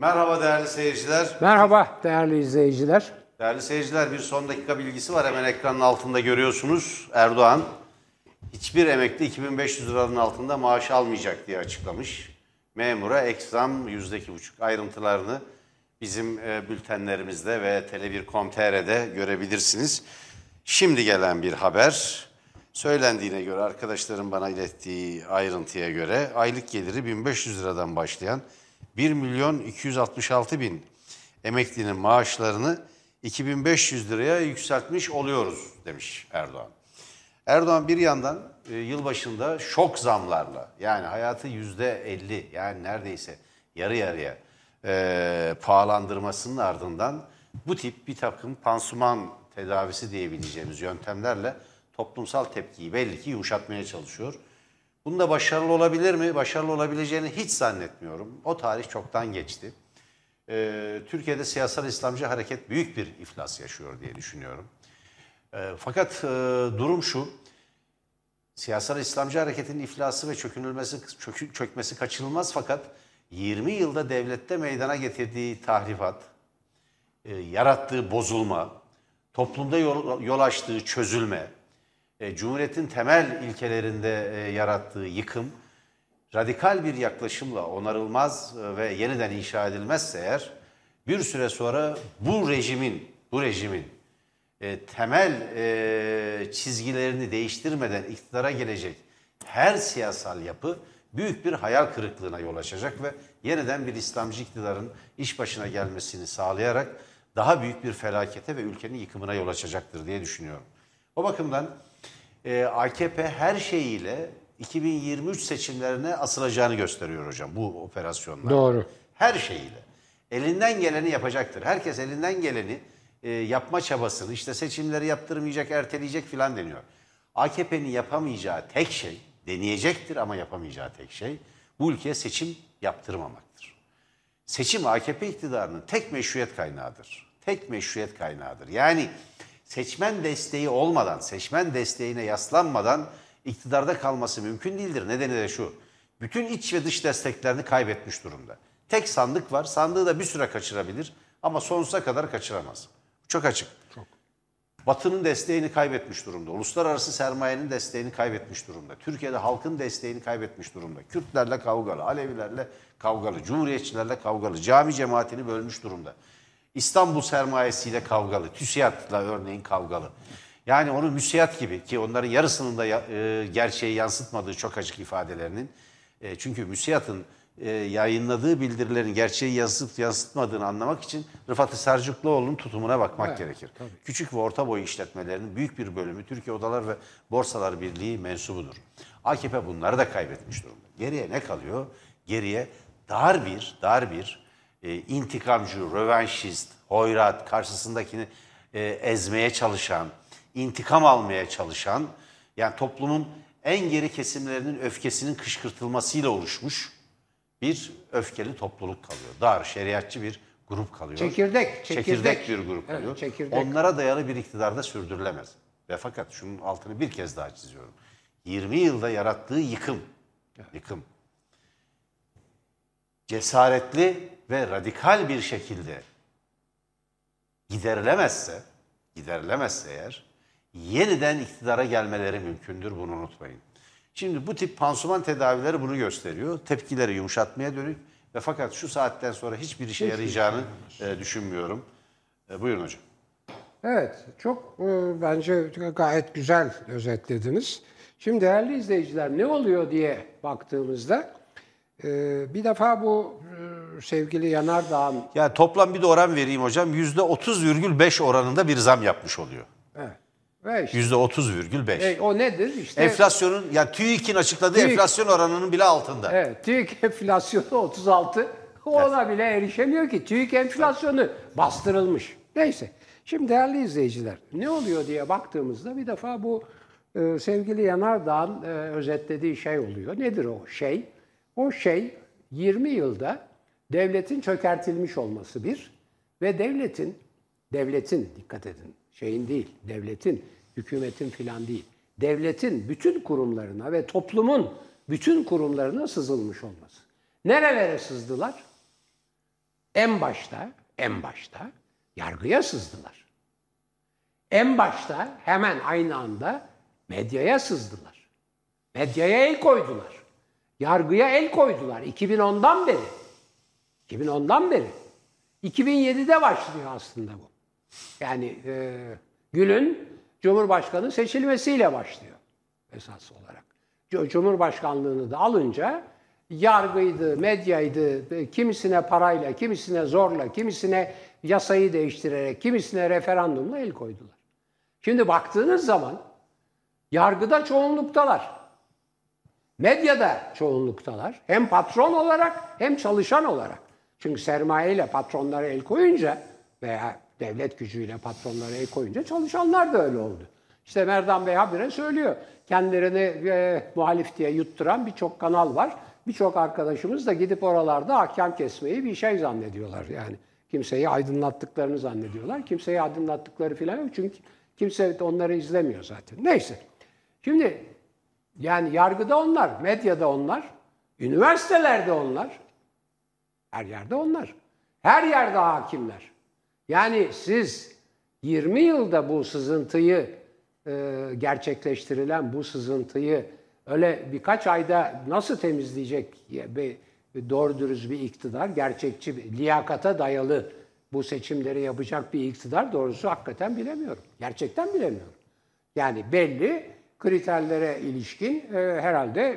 Merhaba değerli seyirciler. Merhaba değerli izleyiciler. Değerli seyirciler, bir son dakika bilgisi var. Hemen ekranın altında görüyorsunuz. Erdoğan hiçbir emekli 2500 liranın altında maaş almayacak diye açıklamış. Memura ek zam %2,5. Ayrıntılarını bizim bültenlerimizde ve Tele1.com.tr'de görebilirsiniz. Şimdi gelen bir haber. Söylendiğine göre, arkadaşlarım bana ilettiği ayrıntıya göre aylık geliri 1500 liradan başlayan 1.266.000 emeklinin maaşlarını 2500 liraya yükseltmiş oluyoruz demiş Erdoğan. Erdoğan bir yandan yılbaşında şok zamlarla, yani hayatı %50, yani neredeyse yarı yarıya pahalandırmasının ardından bu tip bir takım pansuman tedavisi diyebileceğimiz yöntemlerle toplumsal tepkiyi belli ki yumuşatmaya çalışıyor. Bunda başarılı olabilir mi? Başarılı olabileceğini hiç zannetmiyorum. O tarih çoktan geçti. Türkiye'de siyasal İslamcı hareket büyük bir iflas yaşıyor diye düşünüyorum. Fakat durum şu, siyasal İslamcı hareketin iflası ve çökmesi kaçınılmaz, fakat 20 yılda devlette meydana getirdiği tahrifat, yarattığı bozulma, toplumda yol açtığı çözülme, Cumhuriyet'in temel ilkelerinde yarattığı yıkım, radikal bir yaklaşımla onarılmaz ve yeniden inşa edilmezse eğer, bir süre sonra bu rejimin temel çizgilerini değiştirmeden iktidara gelecek her siyasal yapı büyük bir hayal kırıklığına yol açacak ve yeniden bir İslamcı iktidarın iş başına gelmesini sağlayarak daha büyük bir felakete ve ülkenin yıkımına yol açacaktır diye düşünüyorum. O bakımdan AKP her şeyiyle 2023 seçimlerine asılacağını gösteriyor hocam bu operasyonlar. Doğru. Her şeyiyle. Elinden geleni yapacaktır. Herkes elinden geleni yapma çabasını, işte seçimleri yaptırmayacak, erteleyecek filan deniyor. AKP'nin yapamayacağı tek şey, deneyecektir ama yapamayacağı tek şey, bu ülkeye seçim yaptırmamaktır. Seçim AKP iktidarının tek meşruiyet kaynağıdır. Tek meşruiyet kaynağıdır. Yani seçmen desteği olmadan, seçmen desteğine yaslanmadan iktidarda kalması mümkün değildir. Nedeni de şu, bütün iç ve dış desteklerini kaybetmiş durumda. Tek sandık var, sandığı da bir süre kaçırabilir ama sonsuza kadar kaçıramaz. Çok açık. Çok. Batı'nın desteğini kaybetmiş durumda. Uluslararası sermayenin desteğini kaybetmiş durumda. Türkiye'de halkın desteğini kaybetmiş durumda. Kürtlerle kavgalı, Alevilerle kavgalı, Cumhuriyetçilerle kavgalı, cami cemaatini bölmüş durumda. İstanbul sermayesiyle kavgalı, TÜSİAD'la örneğin kavgalı. Yani onu müsiat gibi, ki onların yarısının da gerçeği yansıtmadığı çok açık ifadelerinin. Çünkü müsiatın yayınladığı bildirilerin gerçeği yansıtmadığını anlamak için Rıfat Sarcıklıoğlu'nun tutumuna bakmak gerekir. Tabii. Küçük ve orta boy işletmelerinin büyük bir bölümü Türkiye Odalar ve Borsalar Birliği mensubudur. AKP bunları da kaybetmiş durumda. Geriye ne kalıyor? Geriye dar bir intikamcı, rövanşist, hoyrat, karşısındakini ezmeye çalışan, intikam almaya çalışan, yani toplumun en geri kesimlerinin öfkesinin kışkırtılmasıyla oluşmuş bir öfkeli topluluk kalıyor. Dar, şeriatçı bir grup kalıyor. Çekirdek bir grup kalıyor. Evet, çekirdek. Onlara dayalı bir iktidarda sürdürülemez. Ve fakat şunun altını bir kez daha çiziyorum. 20 yılda yarattığı yıkım, cesaretli ve radikal bir şekilde giderilemezse eğer, yeniden iktidara gelmeleri mümkündür, bunu unutmayın. Şimdi bu tip pansuman tedavileri bunu gösteriyor. Tepkileri yumuşatmaya dönük ve fakat şu saatten sonra hiçbir işe yarayacağını düşünmüyorum. Buyurun hocam. Evet, çok bence gayet güzel özetlediniz. Şimdi değerli izleyiciler, ne oluyor diye baktığımızda bir defa bu sevgili Yanardağ'ın... Yani toplam bir de oran vereyim hocam. %30,5 oranında bir zam yapmış oluyor. Evet. Ve işte, %30,5. O nedir? İşte enflasyonun, yani TÜİK'in açıkladığı enflasyon oranının bile altında. Evet, TÜİK enflasyonu 36. Ona bile erişemiyor ki. TÜİK enflasyonu bastırılmış. Neyse. Şimdi değerli izleyiciler, ne oluyor diye baktığımızda bir defa bu sevgili Yanardağ'ın özetlediği şey oluyor. Nedir o şey? O şey 20 yılda devletin çökertilmiş olması bir ve devletin dikkat edin, şeyin değil, devletin, hükümetin filan değil, devletin bütün kurumlarına ve toplumun bütün kurumlarına sızılmış olması. Nerelere sızdılar? En başta yargıya sızdılar. En başta hemen aynı anda medyaya sızdılar. Medyaya el koydular. Yargıya el koydular 2010'dan beri. 2010'dan beri. 2007'de başlıyor aslında bu. Yani Gül'ün Cumhurbaşkanı seçilmesiyle başlıyor esas olarak. Cumhurbaşkanlığını da alınca yargıydı, medyaydı, kimisine parayla, kimisine zorla, kimisine yasayı değiştirerek, kimisine referandumla el koydular. Şimdi baktığınız zaman yargıda çoğunluktalar. Medyada çoğunluktalar. Hem patron olarak hem çalışan olarak. Çünkü sermayeyle patronlara el koyunca veya devlet gücüyle patronlara el koyunca çalışanlar da öyle oldu. İşte Merdan Bey habire söylüyor. Kendilerini muhalif diye yutturan birçok kanal var. Birçok arkadaşımız da gidip oralarda ahkam kesmeyi bir şey zannediyorlar. Yani kimseyi aydınlattıklarını zannediyorlar. Kimseyi aydınlattıkları falan yok. Çünkü kimse onları izlemiyor zaten. Neyse. Şimdi yani yargıda onlar, medyada onlar, üniversitelerde onlar, her yerde onlar. Her yerde hakimler. Yani siz 20 yılda bu sızıntıyı gerçekleştirilen bu sızıntıyı öyle birkaç ayda nasıl temizleyecek doğru dürüst bir iktidar, gerçekçi, liyakata dayalı bu seçimleri yapacak bir iktidar doğrusu hakikaten bilemiyorum. Gerçekten bilemiyorum. Yani belli kriterlere ilişkin herhalde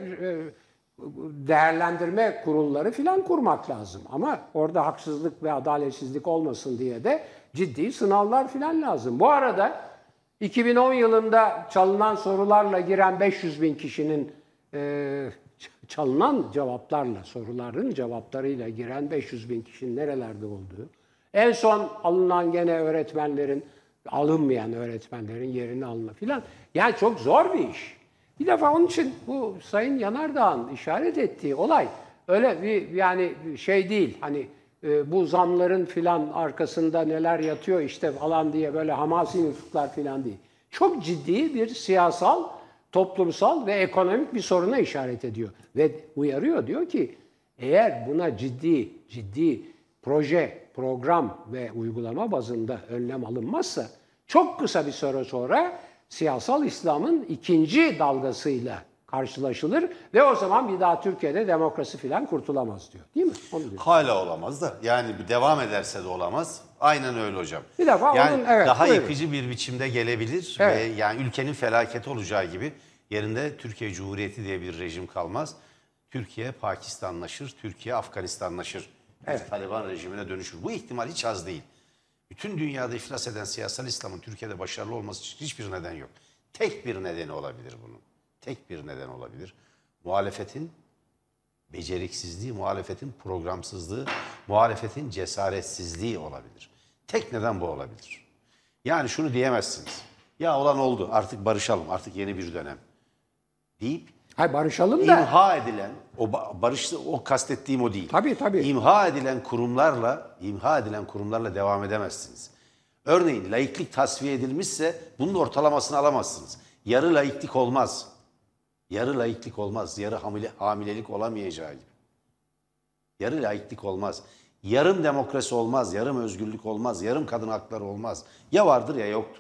değerlendirme kurulları falan kurmak lazım. Ama orada haksızlık ve adaletsizlik olmasın diye de ciddi sınavlar falan lazım. Bu arada 2010 yılında çalınan sorularla giren 500 bin kişinin çalınan cevaplarla, soruların cevaplarıyla giren 500 bin kişinin nerelerde olduğu, en son alınan gene öğretmenlerin, alınmayan öğretmenlerin yerine alınma filan. Yani çok zor bir iş. Bir defa onun için bu Sayın Yanardağ'ın işaret ettiği olay öyle bir yani şey değil. Hani bu zamların filan arkasında neler yatıyor işte falan diye böyle hamasi nutuklar filan değil. Çok ciddi bir siyasal, toplumsal ve ekonomik bir soruna işaret ediyor. Ve uyarıyor, diyor ki eğer buna ciddi proje, program ve uygulama bazında önlem alınmazsa çok kısa bir süre sonra siyasal İslam'ın ikinci dalgasıyla karşılaşılır ve o zaman bir daha Türkiye'de demokrasi filan kurtulamaz diyor. Değil mi? Onu diyor. Hala olamaz da yani devam ederse de olamaz. Aynen öyle hocam. Bir defa yani onun, evet, daha buyurun. yıkıcı bir biçimde gelebilir Evet. ve yani ülkenin felaketi olacağı gibi yerinde Türkiye Cumhuriyeti diye bir rejim kalmaz. Türkiye Pakistanlaşır, Türkiye Afganistanlaşır. Evet. Taliban rejimine dönüşür. Bu ihtimal hiç az değil. Bütün dünyada iflas eden siyasal İslam'ın Türkiye'de başarılı olması için hiçbir neden yok. Tek bir nedeni olabilir bunun. Tek bir neden olabilir. Muhalefetin beceriksizliği, muhalefetin programsızlığı, muhalefetin cesaretsizliği olabilir. Tek neden bu olabilir. Yani şunu diyemezsiniz. Ya olan oldu, artık barışalım, artık yeni bir dönem deyip Hayır, barışalım da. İmha edilen, o kastettiğim o değil. Tabii. İmha edilen kurumlarla devam edemezsiniz. Örneğin laiklik tasfiye edilmişse bunun ortalamasını alamazsınız. Yarı laiklik olmaz. Yarı laiklik olmaz. Yarı hamilelik olamayacağı gibi. Yarı laiklik olmaz. Yarım demokrasi olmaz. Yarım özgürlük olmaz. Yarım kadın hakları olmaz. Ya vardır ya yoktur.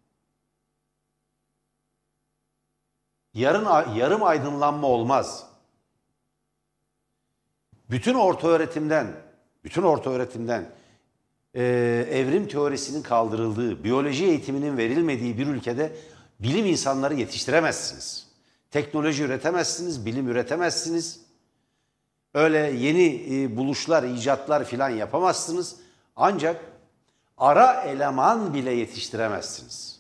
Yarım aydınlanma olmaz. Bütün orta öğretimden evrim teorisinin kaldırıldığı, biyoloji eğitiminin verilmediği bir ülkede bilim insanları yetiştiremezsiniz. Teknoloji üretemezsiniz, bilim üretemezsiniz. Öyle yeni buluşlar, icatlar filan yapamazsınız. Ancak ara eleman bile yetiştiremezsiniz.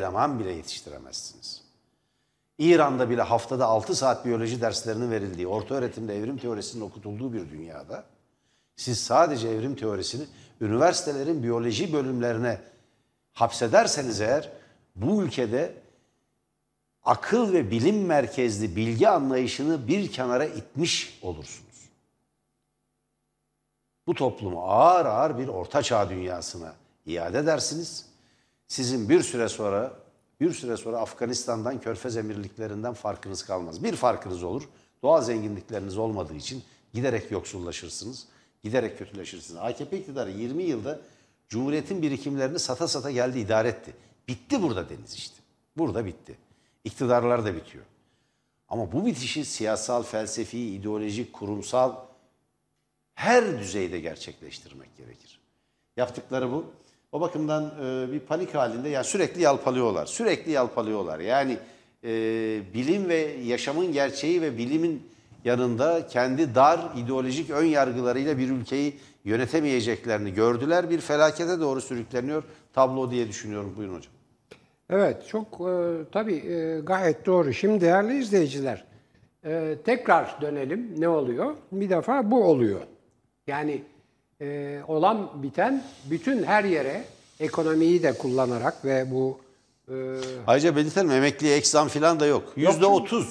İran'da bile haftada 6 saat biyoloji derslerinin verildiği, orta öğretimde evrim teorisinin okutulduğu bir dünyada siz sadece evrim teorisini üniversitelerin biyoloji bölümlerine hapsederseniz eğer bu ülkede akıl ve bilim merkezli bilgi anlayışını bir kenara itmiş olursunuz. Bu toplumu ağır ağır bir ortaçağ dünyasına iade edersiniz. Sizin bir süre sonra Afganistan'dan, Körfez Emirliklerinden farkınız kalmaz. Bir farkınız olur. Doğal zenginlikleriniz olmadığı için giderek yoksullaşırsınız. Giderek kötüleşirsiniz. AKP iktidarı 20 yılda Cumhuriyet'in birikimlerini sata sata geldi, idare etti. Bitti burada deniz işte. Burada bitti. İktidarlar da bitiyor. Ama bu bitişi siyasal, felsefi, ideolojik, kurumsal her düzeyde gerçekleştirmek gerekir. Yaptıkları bu. O bakımdan bir panik halinde, yani sürekli yalpalıyorlar. Sürekli yalpalıyorlar. Yani bilim ve yaşamın gerçeği ve bilimin yanında kendi dar ideolojik ön yargılarıyla bir ülkeyi yönetemeyeceklerini gördüler. Bir felakete doğru sürükleniyor tablo diye düşünüyorum. Buyurun hocam. Evet, çok tabii gayet doğru. Şimdi değerli izleyiciler, tekrar dönelim. Ne oluyor? Bir defa bu oluyor. Yani olan biten bütün her yere ekonomiyi de kullanarak ve bu Ayrıca belirtelim, emekliye ek zam falan da yok. %30,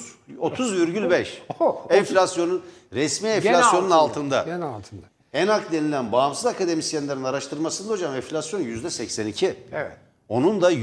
30,5. Enflasyonun, resmi enflasyonun altında. Gene altında. ENAK denilen bağımsız akademisyenlerin araştırmasında hocam enflasyon %82. Evet. Onun da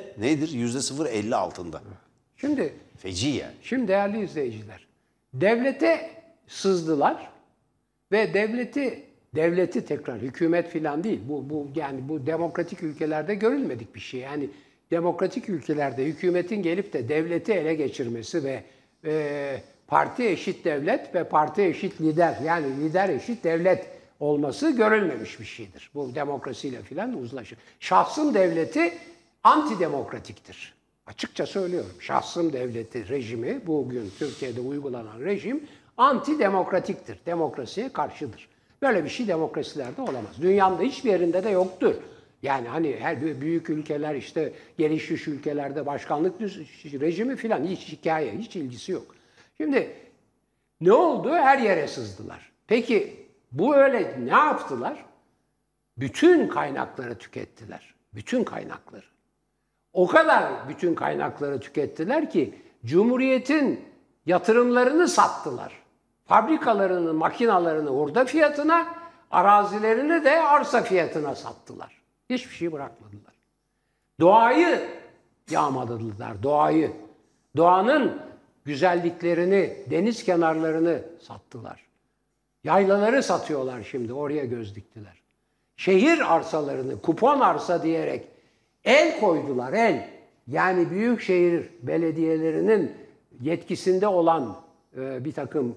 %0,50 altında. Şimdi Feci yani. Şimdi değerli izleyiciler, devlete sızdılar ve devleti tekrar hükümet falan değil. Bu demokratik ülkelerde görülmedik bir şey. Yani demokratik ülkelerde hükümetin gelip de devleti ele geçirmesi ve parti eşit devlet ve parti eşit lider, yani lider eşit devlet olması görülmemiş bir şeydir. Bu demokrasiyle filan uzlaşır. Şahsın devleti antidemokratiktir. Açıkça söylüyorum. Şahsın devleti rejimi, bugün Türkiye'de uygulanan rejim antidemokratiktir. Demokrasiye karşıdır. Böyle bir şey demokrasilerde olamaz. Dünyanın hiçbir yerinde de yoktur. Yani hani her büyük ülkeler, işte gelişmiş ülkelerde başkanlık rejimi filan hiç hikaye, hiç ilgisi yok. Şimdi ne oldu? Her yere sızdılar. Peki bu öyle ne yaptılar? Bütün kaynakları tükettiler. Bütün kaynakları. O kadar bütün kaynakları tükettiler ki Cumhuriyet'in yatırımlarını sattılar. Fabrikalarını, makinalarını orada fiyatına, arazilerini de arsa fiyatına sattılar. Hiçbir şey bırakmadılar. Doğayı yağmaladılar, doğayı. Doğanın güzelliklerini, deniz kenarlarını sattılar. Yaylaları satıyorlar şimdi, oraya göz diktiler. Şehir arsalarını kupon arsa diyerek el koydular, el. Yani büyükşehir belediyelerinin yetkisinde olan bir takım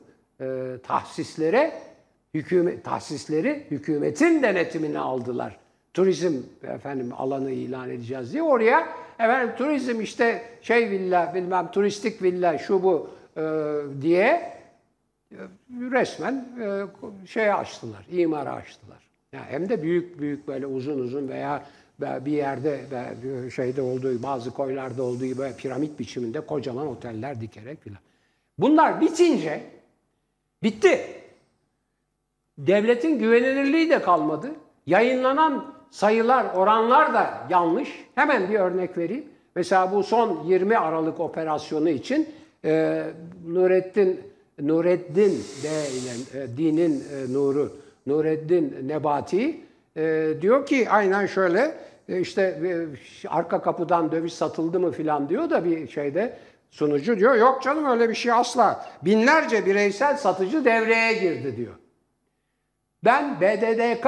tahsisleri hükümetin denetimine aldılar. Turizm alanı ilan edeceğiz diye oraya turizm işte villa bilmem turistik villa şu bu diye resmen açtılar, imara açtılar. Yani hem de büyük böyle uzun veya bir yerde olduğu, bazı koylarda olduğu gibi böyle piramit biçiminde kocaman oteller dikerek filan. Bunlar bitince bitti. Devletin güvenilirliği de kalmadı. Yayınlanan sayılar, oranlar da yanlış. Hemen bir örnek vereyim. Mesela bu son 20 Aralık operasyonu için Nureddin Nebati diyor ki aynen şöyle arka kapıdan döviz satıldı mı filan diyor da bir sunucu diyor yok canım öyle bir şey asla. Binlerce bireysel satıcı devreye girdi diyor. Ben BDDK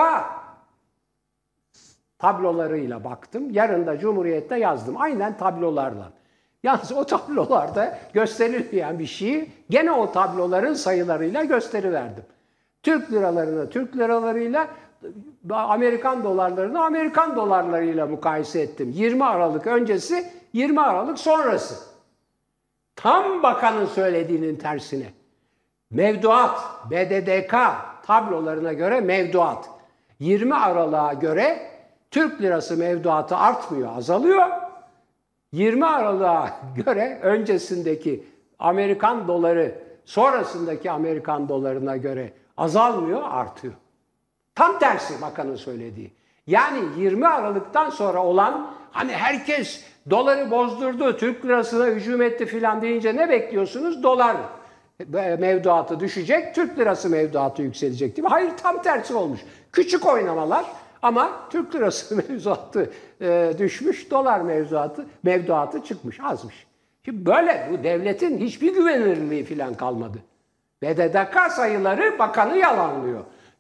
tablolarıyla baktım. Yarın da Cumhuriyet'te yazdım. Aynen tablolarla. Yalnız o tablolarda gösterilmeyen bir şeyi gene o tabloların sayılarıyla gösteriverdim. Türk liralarını Türk liralarıyla, Amerikan dolarlarını Amerikan dolarlarıyla mukayese ettim. 20 Aralık öncesi, 20 Aralık sonrası. Tam bakanın söylediğinin tersine. Mevduat, BDDK tablolarına göre mevduat. 20 Aralık'a göre Türk lirası mevduatı artmıyor, azalıyor. 20 Aralık'a göre öncesindeki Amerikan doları, sonrasındaki Amerikan dolarına göre azalmıyor, artıyor. Tam tersi bakanın söylediği. Yani 20 Aralık'tan sonra olan, hani herkes doları bozdurdu, Türk lirasına hücum etti filan deyince ne bekliyorsunuz? Dolar mevduatı düşecek, Türk lirası mevduatı yükselecek değil mi? Hayır, tam tersi olmuş. Küçük oynamalar ama Türk lirası mevduatı düşmüş, dolar mevduatı çıkmış, azmış. Şimdi böyle bu devletin hiçbir güvenilirliği filan kalmadı. BDDK sayıları bakanı yalanlıyor.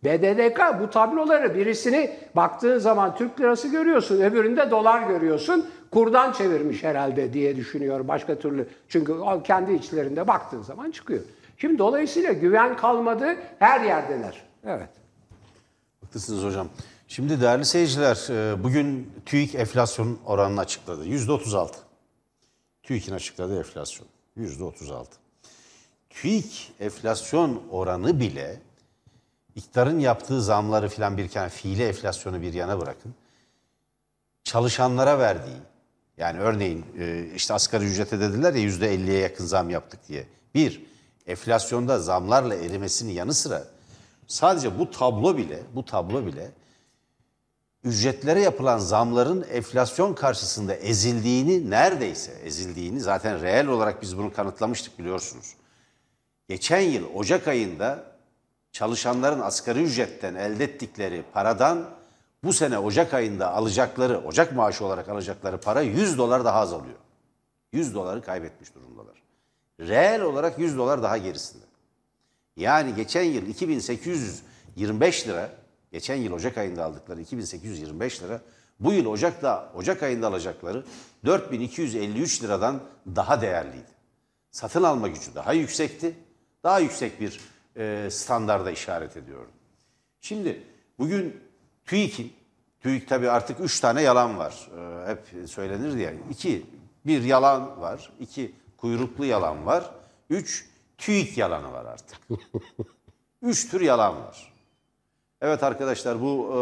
BDDK bu tabloları birisini baktığın zaman Türk lirası görüyorsun, öbüründe dolar görüyorsun. Kurdan çevirmiş herhalde diye düşünüyor başka türlü. Çünkü o kendi içlerinde baktığın zaman çıkıyor. Şimdi dolayısıyla güven kalmadı, her yerdeler. Evet. Haklısınız hocam. Şimdi değerli seyirciler, bugün TÜİK enflasyon oranını açıkladı. %36. TÜİK'in açıkladığı enflasyon. %36. TÜİK enflasyon oranı bile iktidarın yaptığı zamları filan birken fiili enflasyonu bir yana bırakın. Çalışanlara verdiği, yani örneğin işte asgari ücrete dediler ya %50'ye yakın zam yaptık diye. Bir, enflasyonda zamlarla erimesinin yanı sıra sadece bu tablo bile ücretlere yapılan zamların enflasyon karşısında ezildiğini zaten reel olarak biz bunu kanıtlamıştık biliyorsunuz. Geçen yıl Ocak ayında çalışanların asgari ücretten elde ettikleri paradan bu sene Ocak ayında alacakları, Ocak maaşı olarak alacakları para $100 daha azalıyor. $100 kaybetmiş durumdalar. Reel olarak $100 daha gerisinde. Yani geçen yıl 2825 lira, geçen yıl Ocak ayında aldıkları 2825 lira, bu yıl Ocak ayında alacakları 4253 liradan daha değerliydi. Satın alma gücü daha yüksekti. Daha yüksek bir standarda işaret ediyordu. Şimdi bugün TÜİK tabii artık 3 tane yalan var. Hep söylenir diye. Bir yalan var. 2 kuyruklu yalan var. 3 TÜİK yalanı var artık. 3 tür yalan var. Evet arkadaşlar bu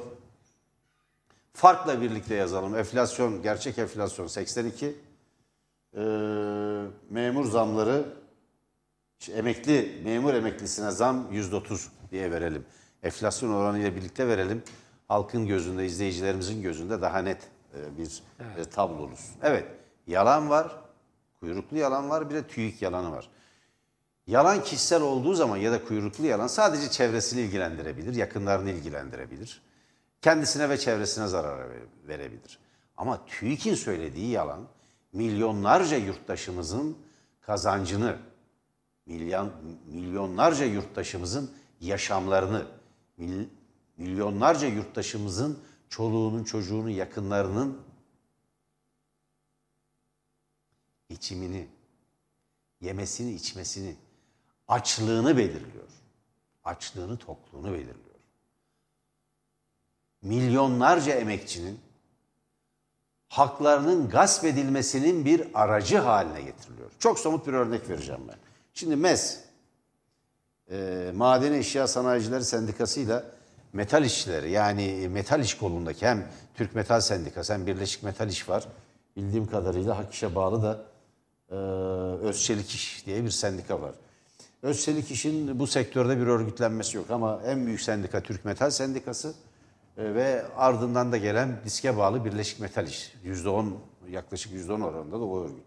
farkla birlikte yazalım. Enflasyon, gerçek enflasyon 82. Memur zamları, memur emeklisine zam %30 diye verelim. Enflasyon oranıyla birlikte verelim. Halkın gözünde, izleyicilerimizin gözünde daha net bir tablo olsun. Evet, yalan var, kuyruklu yalan var, bir de TÜİK yalanı var. Yalan kişisel olduğu zaman ya da kuyruklu yalan sadece çevresini ilgilendirebilir, yakınlarını ilgilendirebilir. Kendisine ve çevresine zarar verebilir. Ama TÜİK'in söylediği yalan milyonlarca yurttaşımızın kazancını, milyonlarca yurttaşımızın yaşamlarını, milyonlarca yurttaşımızın çoluğunun, çocuğunun, yakınlarının geçimini, yemesini, içmesini, açlığını belirliyor. Açlığını, tokluğunu belirliyor. Milyonlarca emekçinin haklarının gasp edilmesinin bir aracı haline getiriliyor. Çok somut bir örnek vereceğim ben. Şimdi MES, Maden Eşya Sanayicileri Sendikası'yla metal işçileri, yani metal iş kolundaki hem Türk Metal Sendikası hem Birleşik Metal İş var. Bildiğim kadarıyla HAKİŞ'e bağlı da Özçelik İş diye bir sendika var. Özçelik İş'in bu sektörde bir örgütlenmesi yok ama en büyük sendika Türk Metal Sendikası ve ardından da gelen diske bağlı Birleşik Metal İş. %10, yaklaşık %10 oranında da o örgüt.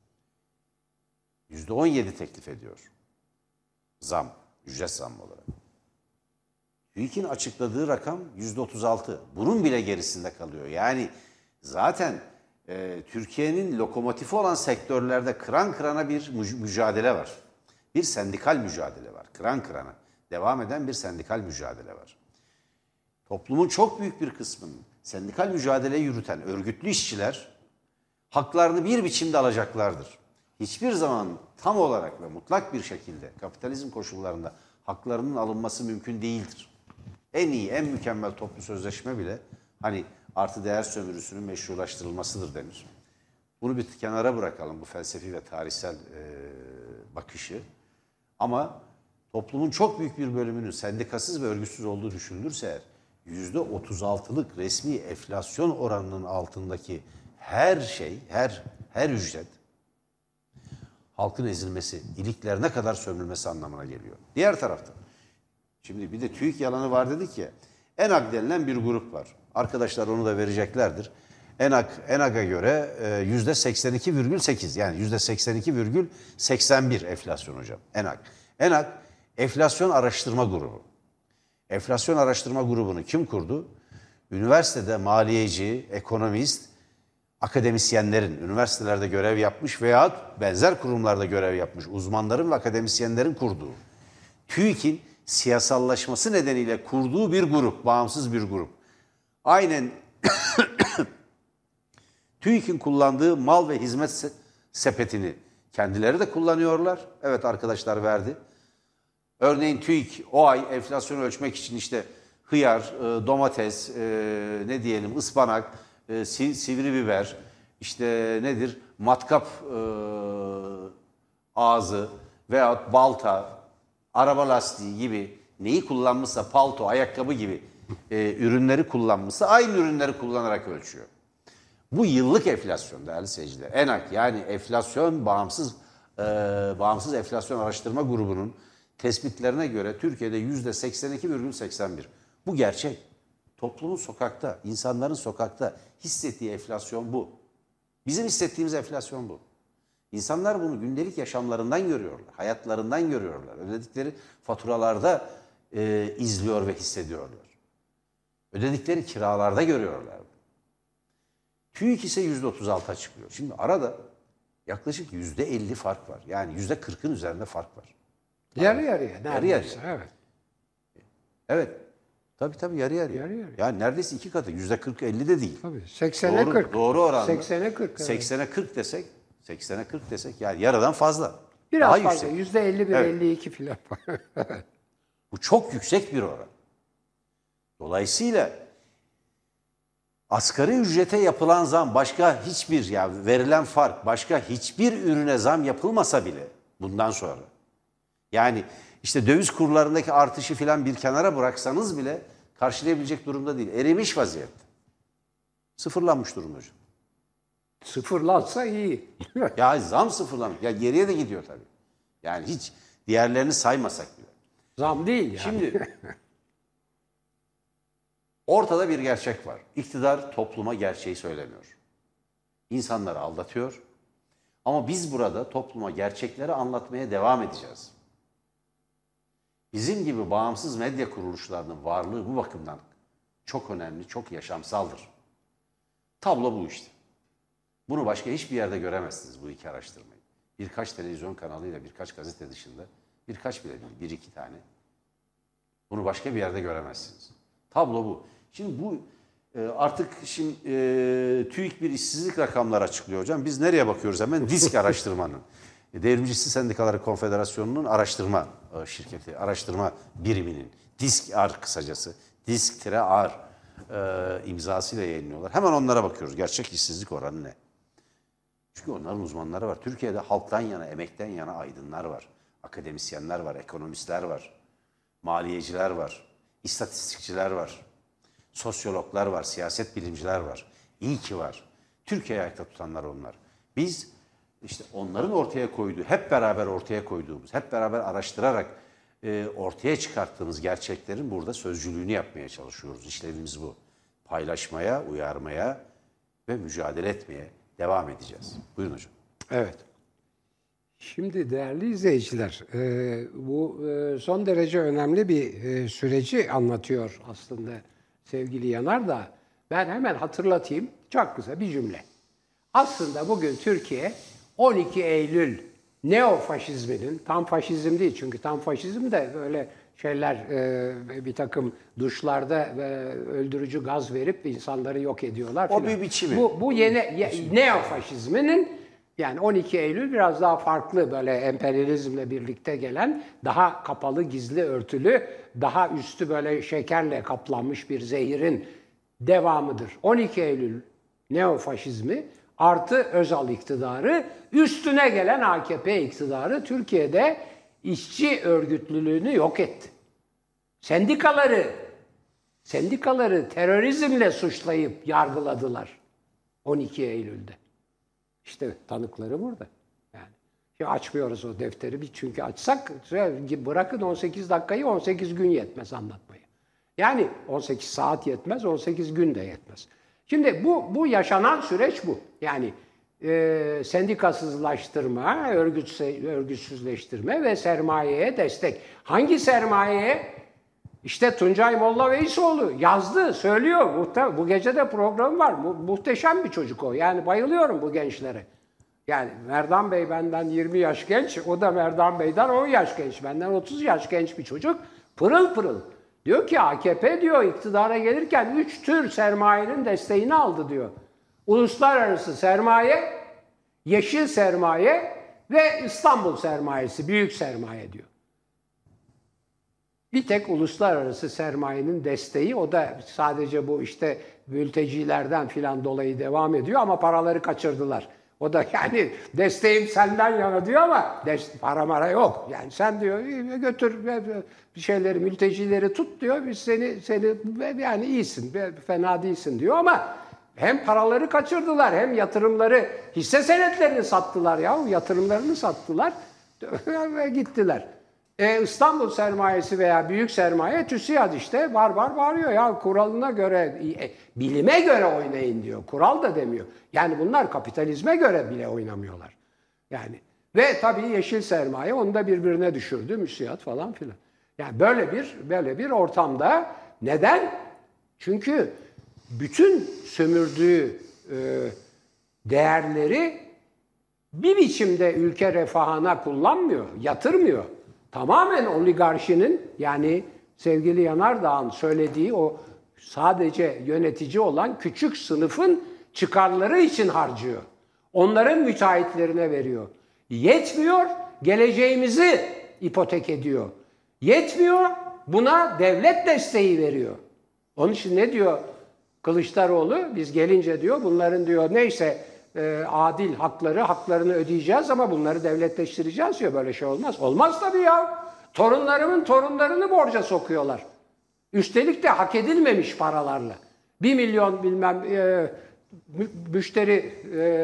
%17 teklif ediyor. Zam, ücret zammı olarak. TÜİK'in açıkladığı rakam %36. Bunun bile gerisinde kalıyor. Yani zaten Türkiye'nin lokomotifi olan sektörlerde kıran kırana bir mücadele var. Bir sendikal mücadele var. Kıran kırana devam eden bir sendikal mücadele var. Toplumun çok büyük bir kısmının sendikal mücadeleyi yürüten örgütlü işçiler haklarını bir biçimde alacaklardır. Hiçbir zaman tam olarak ve mutlak bir şekilde kapitalizm koşullarında haklarının alınması mümkün değildir. En iyi, en mükemmel toplu sözleşme bile hani artı değer sömürüsünün meşrulaştırılmasıdır denir. Bunu bir kenara bırakalım bu felsefi ve tarihsel bakışı. Ama toplumun çok büyük bir bölümünün sendikasız ve örgütsüz olduğu düşünülürse eğer %36'lık resmi enflasyon oranının altındaki her şey, her ücret halkın ezilmesi, iliklerine kadar sömürülmesi anlamına geliyor. Diğer taraftan, şimdi bir de TÜİK yalanı var dedik ya, ENAG denilen bir grup var. Arkadaşlar onu da vereceklerdir. ENAG'a göre %82,8 yani %82,81 enflasyon hocam. ENAG enflasyon araştırma grubu. Enflasyon araştırma grubunu kim kurdu? Üniversitede maliyeci, ekonomist, akademisyenlerin, üniversitelerde görev yapmış veya benzer kurumlarda görev yapmış uzmanların ve akademisyenlerin kurduğu, TÜİK'in siyasallaşması nedeniyle kurduğu bir grup, bağımsız bir grup. Aynen TÜİK'in kullandığı mal ve hizmet sepetini kendileri de kullanıyorlar. Evet arkadaşlar verdi. Örneğin TÜİK o ay enflasyonu ölçmek için işte hıyar, domates, ne diyelim ıspanak, sivri biber, işte nedir matkap ağzı veyahut balta, araba lastiği gibi neyi kullanmışsa palto, ayakkabı gibi ürünleri kullanmışsa aynı ürünleri kullanarak ölçüyor. Bu yıllık enflasyon değerli seyirciler. ENAK yani enflasyon bağımsız enflasyon araştırma grubunun tespitlerine göre Türkiye'de %82,81. Bu gerçek. Toplumun sokakta, insanların sokakta hissettiği enflasyon bu. Bizim hissettiğimiz enflasyon bu. İnsanlar bunu gündelik yaşamlarından görüyorlar, hayatlarından görüyorlar. Ödedikleri faturalarda izliyor ve hissediyorlar. Ödedikleri kiralarda görüyorlar. TÜİK ise %36 açıklıyor. Şimdi arada yaklaşık %50 fark var. Yani %40'ın üzerinde fark var. Yarı yarıya. Yarı yarıya. Evet. Evet. Tabii yarı yarıya. Yarı yarıya. Yani neredeyse 2 katı. %40-50 de değil. Tabii. 80'e 40. Doğru oranda. 80'e 40. Evet. 80'e 40 desek yani yarıdan fazla. Biraz daha fazla. yüksek. %51, Evet. 52 filan. Bu çok yüksek bir oran. Dolayısıyla asgari ücrete yapılan zam başka hiçbir verilen fark başka hiçbir ürüne zam yapılmasa bile bundan sonra yani işte döviz kurlarındaki artışı filan bir kenara bıraksanız bile karşılayabilecek durumda değil. Erimiş vaziyette. Sıfırlanmış durumda hocam. Sıfırlansa iyi. Ya zam sıfırlanmış. Ya geriye de gidiyor tabii. Yani hiç diğerlerini saymasak bile. Zam değil yani. Şimdi ortada bir gerçek var. İktidar topluma gerçeği söylemiyor. İnsanları aldatıyor. Ama biz burada topluma gerçekleri anlatmaya devam edeceğiz. Bizim gibi bağımsız medya kuruluşlarının varlığı bu bakımdan çok önemli, çok yaşamsaldır. Tablo bu işte. Bunu başka hiçbir yerde göremezsiniz bu iki araştırmayı. Birkaç televizyon kanalıyla birkaç gazete dışında, birkaç bile değil, bir iki tane. Bunu başka bir yerde göremezsiniz. Tablo bu. Şimdi bu artık TÜİK bir işsizlik rakamları açıklıyor hocam. Biz nereye bakıyoruz hemen? DİSK araştırmanın. Devrimci İşçi Sendikaları Konfederasyonu'nun araştırma şirketi, araştırma biriminin, DİSK-AR kısacası, DİSK-AR imzasıyla yayınlıyorlar. Hemen onlara bakıyoruz. Gerçek işsizlik oranı ne? Çünkü onların uzmanları var. Türkiye'de halktan yana, emekten yana aydınlar var. Akademisyenler var, ekonomistler var, maliyeciler var, istatistikçiler var, sosyologlar var, siyaset bilimciler var. İyi ki var. Türkiye'yi ayakta tutanlar onlar. Biz işte onların ortaya koyduğu, hep beraber ortaya koyduğumuz, hep beraber araştırarak ortaya çıkarttığımız gerçeklerin burada sözcülüğünü yapmaya çalışıyoruz. İşlevimiz bu. Paylaşmaya, uyarmaya ve mücadele etmeye devam edeceğiz. Buyurun hocam. Evet. Şimdi değerli izleyiciler, bu son derece önemli bir süreci anlatıyor aslında sevgili Yanar da. Ben hemen hatırlatayım, çok kısa bir cümle. Aslında bugün Türkiye 12 Eylül neofaşizminin, tam faşizm değil çünkü tam faşizm de böyle şeyler bir takım duşlarda öldürücü gaz verip insanları yok ediyorlar. O bir biçimi. Bu yeni neofaşizminin yani 12 Eylül biraz daha farklı böyle emperyalizmle birlikte gelen daha kapalı, gizli, örtülü, daha üstü böyle şekerle kaplanmış bir zehirin devamıdır. 12 Eylül neofaşizmi artı Özal iktidarı, üstüne gelen AKP iktidarı Türkiye'de işçi örgütlülüğünü yok etti. Sendikaları terörizmle suçlayıp yargıladılar 12 Eylül'de. İşte tanıkları burada. Yani şimdi açmıyoruz o defteri çünkü açsak bırakın 18 dakikayı 18 gün yetmez anlatmaya. Yani 18 saat yetmez, 18 gün de yetmez. Şimdi bu yaşanan süreç bu. Yani sendikasızlaştırma, örgütsüzleştirme ve sermayeye destek. Hangi sermayeye? İşte Tuncay Molla Veysoğlu yazdı, söylüyor. Bu gece de program var. Muhteşem bir çocuk o. Yani bayılıyorum bu gençlere. Yani Merdan Bey benden 20 yaş genç, o da Merdan Bey'den 10 yaş genç. Benden 30 yaş genç bir çocuk. Pırıl pırıl. Diyor ki AKP diyor iktidara gelirken 3 tür sermayenin desteğini aldı diyor. Uluslararası sermaye, yeşil sermaye ve İstanbul sermayesi, büyük sermaye diyor. Bir tek uluslararası sermayenin desteği, o da sadece bu işte mültecilerden filan dolayı devam ediyor ama paraları kaçırdılar. O da yani desteğim senden yana diyor ama para mara yok. Yani sen diyor götür bir şeyleri, mültecileri tut diyor. Biz seni yani iyisin, fena değilsin diyor ama hem paraları kaçırdılar hem yatırımları, hisse senetlerini sattılar ya. Yatırımlarını sattılar ve gittiler. İstanbul sermayesi veya büyük sermaye TÜSİAD işte bağırıyor ya, kuralına göre, bilime göre oynayın diyor. Kural da demiyor. Yani bunlar kapitalizme göre bile oynamıyorlar. Yani ve tabii yeşil sermaye onu da birbirine düşürdü, müsiat falan filan. Yani böyle bir ortamda neden? Çünkü bütün sömürdüğü değerleri bir biçimde ülke refahına kullanmıyor, yatırmıyor. Tamamen oligarşinin, yani sevgili Yanardağ'ın söylediği o sadece yönetici olan küçük sınıfın çıkarları için harcıyor. Onların müteahhitlerine veriyor. Yetmiyor, geleceğimizi ipotek ediyor. Yetmiyor, buna devlet desteği veriyor. Onun için ne diyor Kılıçdaroğlu? Biz gelince diyor bunların diyor neyse adil haklarını ödeyeceğiz ama bunları devletleştireceğiz diyor. Böyle şey olmaz. Olmaz tabii ya. Torunlarımın torunlarını borca sokuyorlar. Üstelik de hak edilmemiş paralarla. 1 milyon bilmem müşteri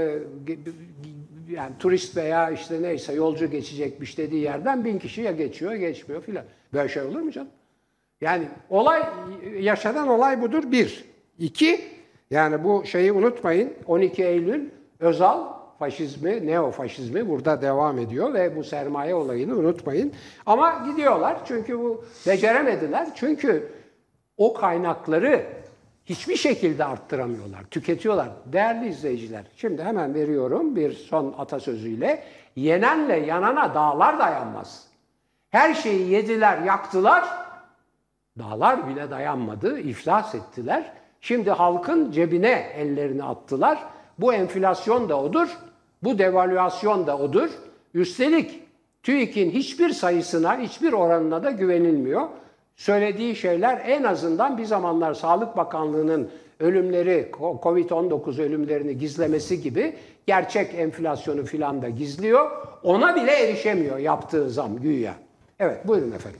yani turist veya işte neyse yolcu geçecekmiş dediği yerden 1000 kişiye geçiyor, geçmiyor filan. Böyle şey olur mu canım? Yani yaşanan olay budur bir. İki, yani bu şeyi unutmayın, 12 Eylül Özal faşizmi, neofaşizmi burada devam ediyor ve bu sermaye olayını unutmayın. Ama gidiyorlar çünkü bu beceremediler. Çünkü o kaynakları hiçbir şekilde arttıramıyorlar, tüketiyorlar. Değerli izleyiciler, şimdi hemen veriyorum bir son atasözüyle. Yenenle yanana dağlar dayanmaz. Her şeyi yediler, yaktılar. Dağlar bile dayanmadı, iflas ettiler. Şimdi halkın cebine ellerini attılar. Bu enflasyon da odur, bu devalüasyon da odur. Üstelik TÜİK'in hiçbir sayısına, hiçbir oranına da güvenilmiyor. Söylediği şeyler en azından bir zamanlar Sağlık Bakanlığı'nın ölümleri, Covid-19 ölümlerini gizlemesi gibi gerçek enflasyonu filan da gizliyor. Ona bile erişemiyor yaptığı zam güya. Evet, buyurun efendim.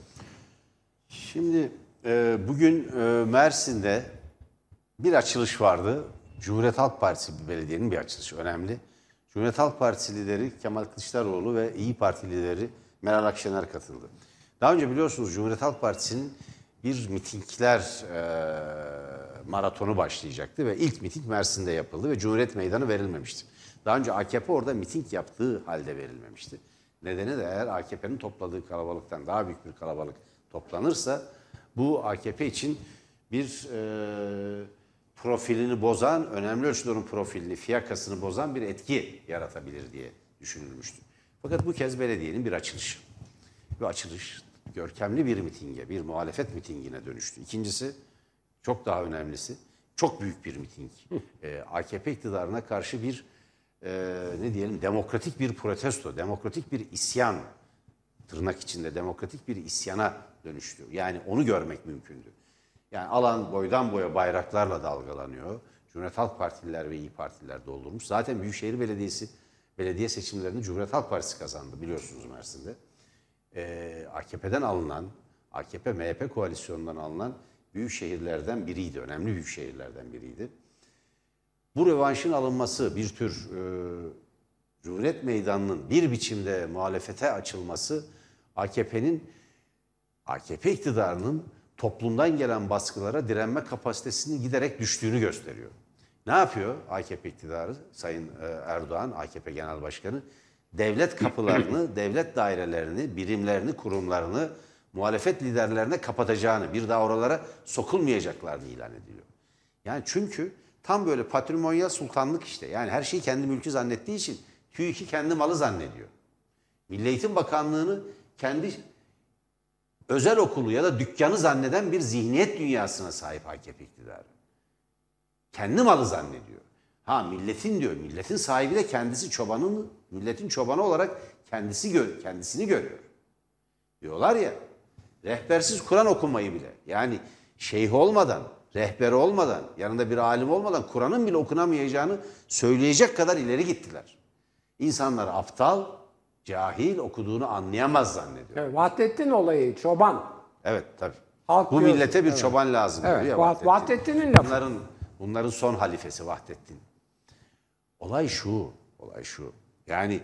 Şimdi bugün Mersin'de bir açılış vardı. Cumhuriyet Halk Partisi bir belediyenin bir açılışı önemli. Cumhuriyet Halk Partisi lideri Kemal Kılıçdaroğlu ve İyi Parti lideri Meral Akşener katıldı. Daha önce biliyorsunuz Cumhuriyet Halk Partisi'nin bir mitingler maratonu başlayacaktı ve ilk miting Mersin'de yapıldı ve Cumhuriyet Meydanı verilmemişti. Daha önce AKP orada miting yaptığı halde verilmemişti. Nedeni de eğer AKP'nin topladığı kalabalıktan daha büyük bir kalabalık toplanırsa bu AKP için bir profilini bozan, önemli ölçüde onun profilini, fiyakasını bozan bir etki yaratabilir diye düşünülmüştü. Fakat bu kez belediyenin bir açılışı. Bu açılış görkemli bir mitinge, bir muhalefet mitingine dönüştü. İkincisi, çok daha önemlisi, çok büyük bir miting. AKP iktidarına karşı bir, ne diyelim, demokratik bir protesto, demokratik bir isyan, tırnak içinde demokratik bir isyana dönüştü. Yani onu görmek mümkündü. Yani alan boydan boya bayraklarla dalgalanıyor. Cumhuriyet Halk Partililer ve İyi Partililer doldurmuş. Zaten Büyükşehir Belediyesi belediye seçimlerini Cumhuriyet Halk Partisi kazandı biliyorsunuz Mersin'de. AKP'den alınan, AKP-MHP koalisyonundan alınan büyük şehirlerden biriydi. Önemli büyük şehirlerden biriydi. Bu rövanşın alınması, bir tür Cumhuriyet Meydanı'nın bir biçimde muhalefete açılması AKP iktidarının toplumdan gelen baskılara direnme kapasitesinin giderek düştüğünü gösteriyor. Ne yapıyor AKP iktidarı, Sayın Erdoğan, AKP Genel Başkanı? Devlet kapılarını, devlet dairelerini, birimlerini, kurumlarını muhalefet liderlerine kapatacağını, bir daha oralara sokulmayacaklarını ilan ediyor. Yani çünkü tam böyle patrimonyal sultanlık işte. Yani her şeyi kendi mülkü zannettiği için TÜİK'i kendi malı zannediyor. Milli Eğitim Bakanlığı'nı kendi özel okulu ya da dükkanı zanneden bir zihniyet dünyasına sahip AKP iktidarı. Kendi malı zannediyor. Ha milletin diyor. Milletin sahibi de kendisi çobanın, milletin çobanı olarak kendisini görüyor. Diyorlar ya, rehbersiz Kur'an okumayı bile, yani şeyh olmadan, rehber olmadan, yanında bir alim olmadan Kur'an'ın bile okunamayacağını söyleyecek kadar ileri gittiler. İnsanlar aptal, cahil, okuduğunu anlayamaz zannediyor. Evet, Vahdettin olayı, çoban. Evet tabii. Halk Bu diyorsun, millete bir evet. çoban lazım Evet, diyor ya Vahdettin. Vahdettin'in lafı. Bunların son halifesi Vahdettin. Olay şu. Yani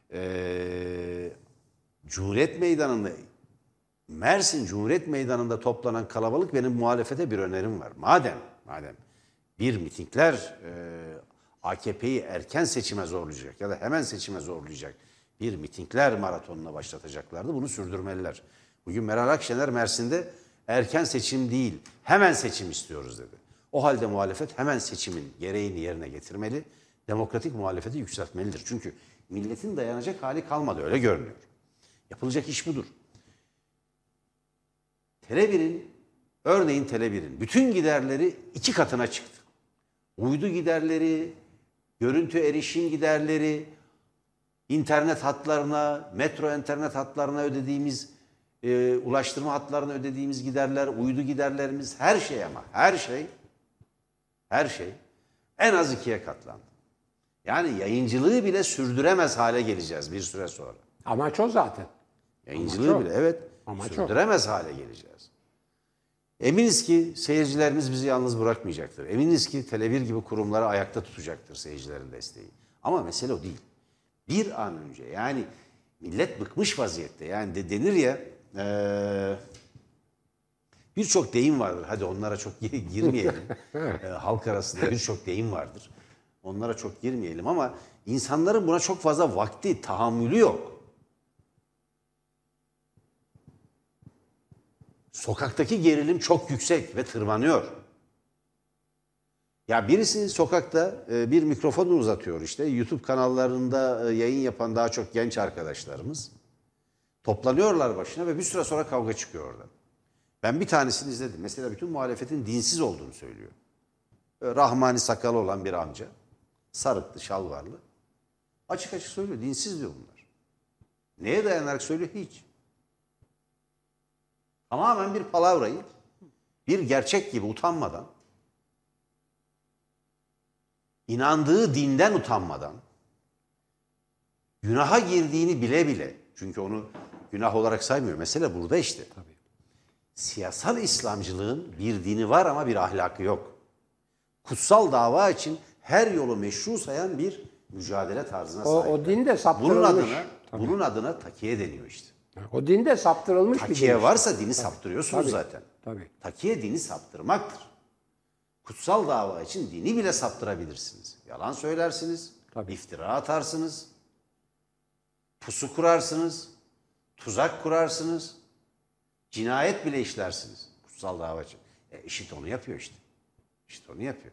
Cumhuriyet Meydanı'nda, Mersin Cumhuriyet Meydanı'nda toplanan kalabalık, benim muhalefete bir önerim var. Madem bir mitingler AKP'yi erken seçime zorlayacak ya da hemen seçime zorlayacak bir mitingler maratonuna başlatacaklardı, bunu sürdürmeliler. Bugün Meral Akşener Mersin'de erken seçim değil, hemen seçim istiyoruz dedi. O halde muhalefet hemen seçimin gereğini yerine getirmeli, demokratik muhalefeti yükseltmelidir. Çünkü milletin dayanacak hali kalmadı, öyle görünüyor. Yapılacak iş budur. Örneğin Tele1'in bütün giderleri 2 katına çıktı. Uydu giderleri, görüntü erişim giderleri, internet hatlarına, metro internet hatlarına ödediğimiz, ulaştırma hatlarına ödediğimiz giderler, uydu giderlerimiz, her şey en az 2'ye katlandı. Yani yayıncılığı bile sürdüremez hale geleceğiz bir süre sonra. Amaç o zaten. Yayıncılığı bile evet sürdüremez hale geleceğiz. Eminiz ki seyircilerimiz bizi yalnız bırakmayacaktır. Eminiz ki Tele1 gibi kurumları ayakta tutacaktır seyircilerin desteği. Ama mesele o değil. Bir an önce, yani millet bıkmış vaziyette. Yani denir ya, birçok deyim vardır. Hadi onlara çok girmeyelim. Halk arasında birçok deyim vardır. Onlara çok girmeyelim ama insanların buna çok fazla vakti, tahammülü yok. Sokaktaki gerilim çok yüksek ve tırmanıyor. Ya birisi sokakta bir mikrofon uzatıyor işte. YouTube kanallarında yayın yapan daha çok genç arkadaşlarımız toplanıyorlar başına ve bir süre sonra kavga çıkıyor oradan. Ben bir tanesini izledim. Mesela bütün muhalefetin dinsiz olduğunu söylüyor. Rahmani sakalı olan bir amca. Sarıklı, şalvarlı. Açık açık söylüyor. Dinsiz diyor bunlar. Neye dayanarak söylüyor? Hiç. Tamamen bir palavrayı bir gerçek gibi utanmadan, inandığı dinden utanmadan, günaha girdiğini bile bile, çünkü onu günah olarak saymıyor. Mesele burada işte. Tabii. Siyasal İslamcılığın bir dini var ama bir ahlakı yok. Kutsal dava için her yolu meşru sayan bir mücadele tarzına sahip. O din de saptırılmış. Bunun adına takiye deniyor işte. O din de saptırılmış bir din. Takiye varsa dini saptırıyorsunuz zaten. Tabii. Takiye dini saptırmaktır. Kutsal dava için dini bile saptırabilirsiniz. Yalan söylersiniz, iftira atarsınız, pusu kurarsınız, tuzak kurarsınız, cinayet bile işlersiniz kutsal dava için. IŞİD onu yapıyor işte. IŞİD onu yapıyor.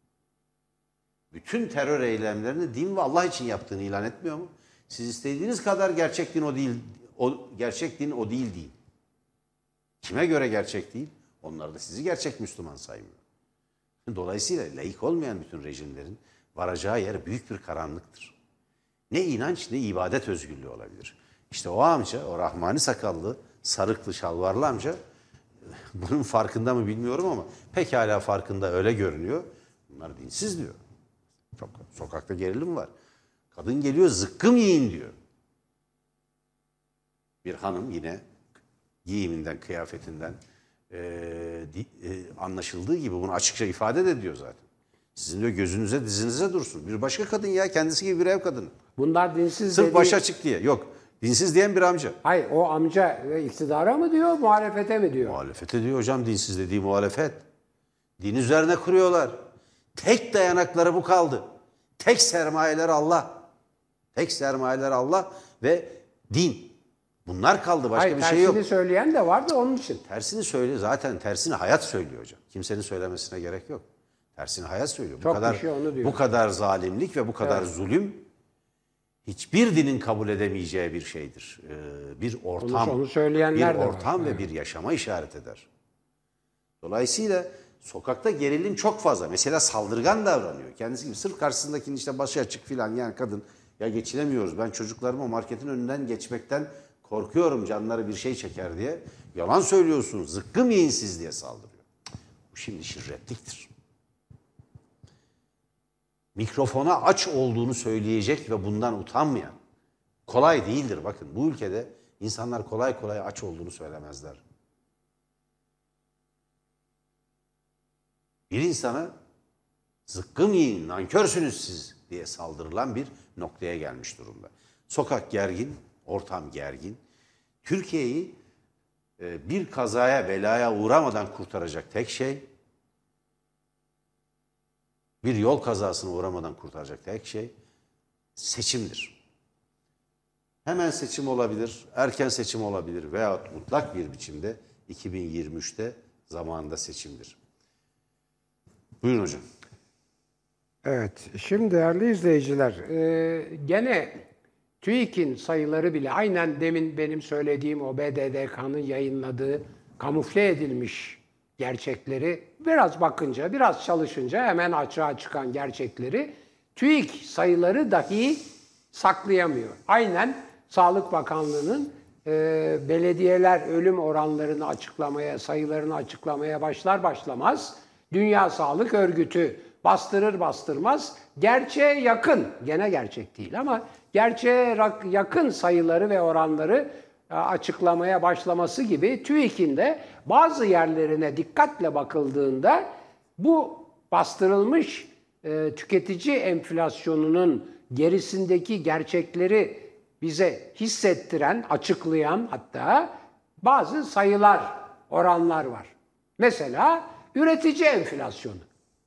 Bütün terör eylemlerini din ve Allah için yaptığını ilan etmiyor mu? Siz istediğiniz kadar gerçek din o değil, gerçek din o değil deyin. Kime göre gerçek değil? Onlar da sizi gerçek Müslüman saymıyor. Dolayısıyla laik olmayan bütün rejimlerin varacağı yer büyük bir karanlıktır. Ne inanç ne ibadet özgürlüğü olabilir. İşte o amca, o Rahmani sakallı, sarıklı, şalvarlı amca bunun farkında mı bilmiyorum ama pekala farkında, öyle görünüyor. Bunlar dinsiz diyor. Sokakta gerilim var. Kadın geliyor zıkkım yiyin diyor. Bir hanım yine giyiminden, kıyafetinden anlaşıldığı gibi bunu açıkça ifade de ediyor zaten. Sizin diyor gözünüze dizinize dursun. Bir başka kadın ya, kendisi gibi bir ev kadını. Bunlar dinsiz Sırf başı açık diye. Yok. Dinsiz diyen bir amca. Hayır, o amca iktidara mı diyor, muhalefete mi diyor? Muhalefete diyor hocam, dinsiz dediği muhalefet. Din üzerine kuruyorlar. Tek dayanakları bu kaldı. Tek sermayeler Allah. Tek sermayeler Allah ve din. Bunlar kaldı. Başka bir şey yok. Tersini söyleyen de var da onun için. Tersini söyle, zaten tersini hayat söylüyor hocam. Kimsenin söylemesine gerek yok. Tersini hayat söylüyor. Çok bir şey onu diyor. Bu kadar zalimlik ve bu kadar zulüm hiçbir dinin kabul edemeyeceği bir şeydir. Bir ortam, Onu söyleyenler bir de var. ortam ve bir yaşama işaret eder. Dolayısıyla sokakta gerilim çok fazla. Mesela saldırgan davranıyor. Kendisi gibi sırf karşısındakinin işte başı açık filan, yani kadın, ya geçinemiyoruz, ben çocuklarıma marketin önünden geçmekten korkuyorum, canları bir şey çeker diye. Yalan söylüyorsunuz, zıkkım yiyin siz diye saldırıyor. Bu şimdi şirretliktir. Mikrofona aç olduğunu söyleyecek ve bundan utanmayan, kolay değildir. Bakın, bu ülkede insanlar kolay kolay aç olduğunu söylemezler. Bir insana zıkkım yiyin, nankörsünüz siz diye saldırılan bir noktaya gelmiş durumda. Sokak gergin, ortam gergin. Türkiye'yi bir kazaya, belaya uğramadan kurtaracak tek şey, bir yol kazasına uğramadan kurtaracak tek şey seçimdir. Hemen seçim olabilir, erken seçim olabilir veya mutlak bir biçimde 2023'te zamanında seçimdir. Buyurun hocam. Evet, şimdi değerli izleyiciler, gene TÜİK'in sayıları bile aynen demin benim söylediğim o BDDK'nın yayınladığı kamufle edilmiş gerçekleri biraz bakınca, biraz çalışınca hemen açığa çıkan gerçekleri TÜİK sayıları dahi saklayamıyor. Aynen Sağlık Bakanlığı'nın belediyeler ölüm oranlarını açıklamaya, sayılarını açıklamaya başlar başlamaz Dünya Sağlık Örgütü bastırır bastırmaz gerçeğe yakın, gene gerçek değil ama gerçeğe yakın sayıları ve oranları açıklamaya başlaması gibi TÜİK'in de bazı yerlerine dikkatle bakıldığında bu bastırılmış tüketici enflasyonunun gerisindeki gerçekleri bize hissettiren, açıklayan hatta bazı sayılar, oranlar var. Mesela üretici enflasyonu.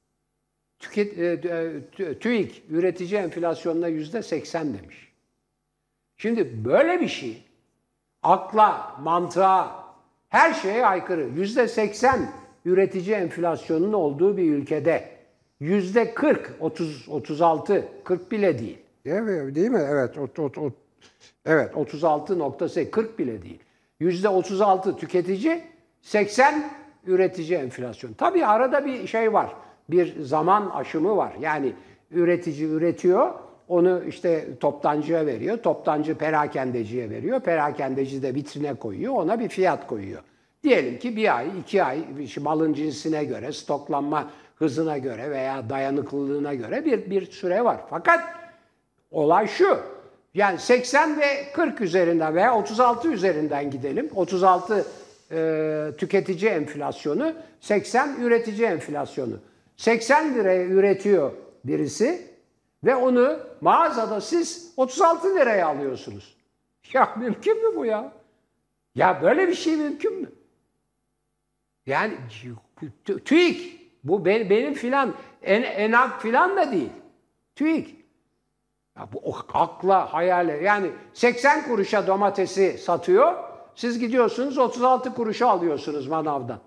TÜİK üretici enflasyonuna %80 demiş. Şimdi böyle bir şey akla, mantığa, her şeye aykırı. %80 üretici enflasyonunun olduğu bir ülkede %40, 36, 40 bile değil. Değil mi? Evet, evet 36.8, 40 bile değil. %36 tüketici, 80 üretici enflasyonu. Tabii arada bir şey var. Bir zaman aşımı var. Yani üretici üretiyor, onu işte toptancıya veriyor, toptancı perakendeciye veriyor, perakendeci de vitrine koyuyor, ona bir fiyat koyuyor. Diyelim ki bir ay, 2 ay malın cinsine göre, stoklanma hızına göre veya dayanıklılığına göre bir süre var. Fakat olay şu, yani 80 ve 40 üzerinden veya 36 üzerinden gidelim. 36 tüketici enflasyonu, 80 üretici enflasyonu. 80 liraya üretiyor birisi ve onu mağazada siz 36 liraya alıyorsunuz. Ya mümkün mü bu ya? Ya böyle bir şey mümkün mü? Yani TÜİK, bu benim filan, ENAK filan da değil. TÜİK. Ya bu akla, hayale, yani 80 kuruşa domatesi satıyor, siz gidiyorsunuz 36 kuruşa alıyorsunuz manavdan.